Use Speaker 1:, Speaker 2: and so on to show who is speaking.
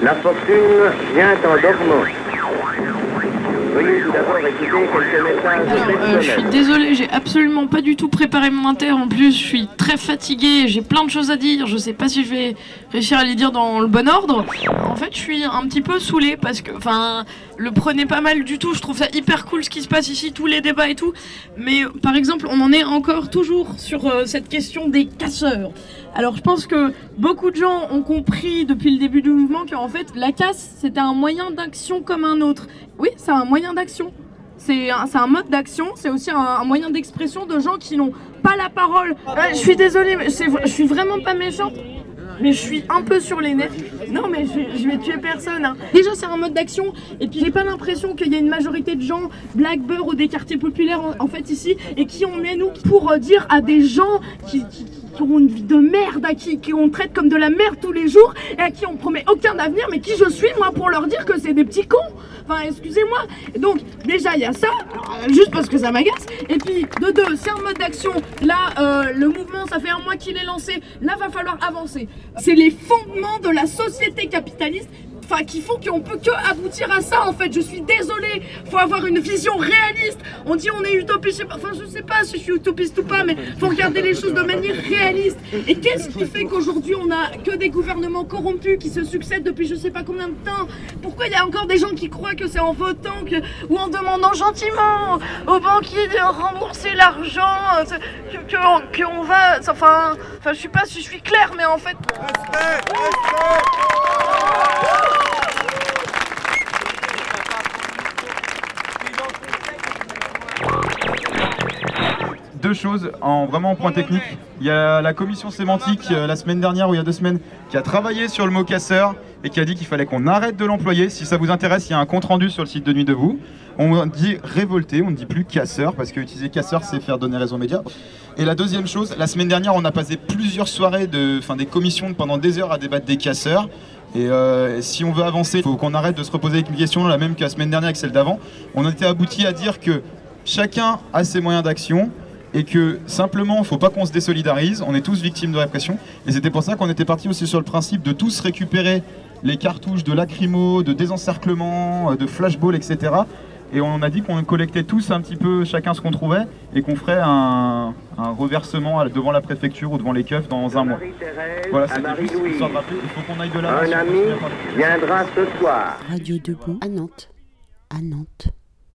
Speaker 1: La fortune vient en dormant. Veuillez tout d'abord écouter quelques messages
Speaker 2: Alors, je suis désolée, j'ai absolument pas du tout préparé mon inter. En plus, je suis très fatiguée, j'ai plein de choses à dire. Je sais pas si je vais réussir à les dire dans le bon ordre. En fait, je suis un petit peu saoulée parce que, le prenez pas mal du tout. Je trouve ça hyper cool ce qui se passe ici, tous les débats et tout. Mais par exemple, on en est encore toujours sur cette question des casseurs. Alors, je pense que beaucoup de gens ont compris depuis le début du mouvement qu'en fait, la casse, c'était un moyen d'action comme un autre. Oui, c'est un moyen d'action. C'est un mode d'action, c'est aussi un moyen d'expression de gens qui n'ont pas la parole. Je suis désolée, mais je suis vraiment pas méchante. Mais je suis un peu sur les nerfs. Non, mais je vais tuer personne. Hein. Déjà, c'est un mode d'action. Et puis, j'ai pas l'impression qu'il y a une majorité de gens, Black Beurre ou des quartiers populaires, en fait, ici. Et qui on est, nous, pour dire à des gens qui ont une vie de merde, qui on traite comme de la merde tous les jours, et à qui on promet aucun avenir, mais qui je suis, moi, pour leur dire que c'est des petits cons. Enfin, excusez-moi. Donc, déjà, il y a ça, juste parce que ça m'agace. Et puis, de deux, c'est un mode d'action. Là, le mouvement, ça fait un mois qu'il est lancé. Là, va falloir avancer. C'est les fondements de la société capitaliste qui font qu'on peut que aboutir à ça en fait. Je suis désolée, faut avoir une vision réaliste. On dit on est utopiste, je sais pas si je suis utopiste ou pas, mais faut regarder les choses de manière réaliste. Et qu'est-ce qui fait qu'aujourd'hui on a que des gouvernements corrompus qui se succèdent depuis je sais pas combien de temps? Pourquoi il y a encore des gens qui croient que c'est en votant ou en demandant gentiment aux banquiers de rembourser l'argent qu'on va... je sais pas si je suis claire, mais en fait...
Speaker 3: Deux choses, vraiment en point technique. Il y a la commission sémantique la semaine dernière ou il y a 2 semaines qui a travaillé sur le mot casseur et qui a dit qu'il fallait qu'on arrête de l'employer. Si ça vous intéresse, il y a un compte rendu sur le site de Nuit Debout. On dit révolté, on ne dit plus casseur parce que utiliser casseur c'est faire donner raison aux médias. Et la deuxième chose, la semaine dernière on a passé plusieurs soirées des commissions pendant des heures à débattre des casseurs. Et si on veut avancer, il faut qu'on arrête de se reposer avec une question la même que la semaine dernière avec celle d'avant. On a été abouti à dire que chacun a ses moyens d'action et que simplement il ne faut pas qu'on se désolidarise, on est tous victimes de répression. Et c'était pour ça qu'on était parti aussi sur le principe de tous récupérer les cartouches de lacrymo, de désencerclement, de flashball, etc. Et on a dit qu'on collectait tous un petit peu chacun ce qu'on trouvait et qu'on ferait un reversement devant la préfecture ou devant les keufs dans un mois. Voilà, c'était juste une histoire de rappeler. Il faut qu'on aille de là.
Speaker 1: Un ami viendra ce soir.
Speaker 4: Radio Debout à Nantes. À Nantes.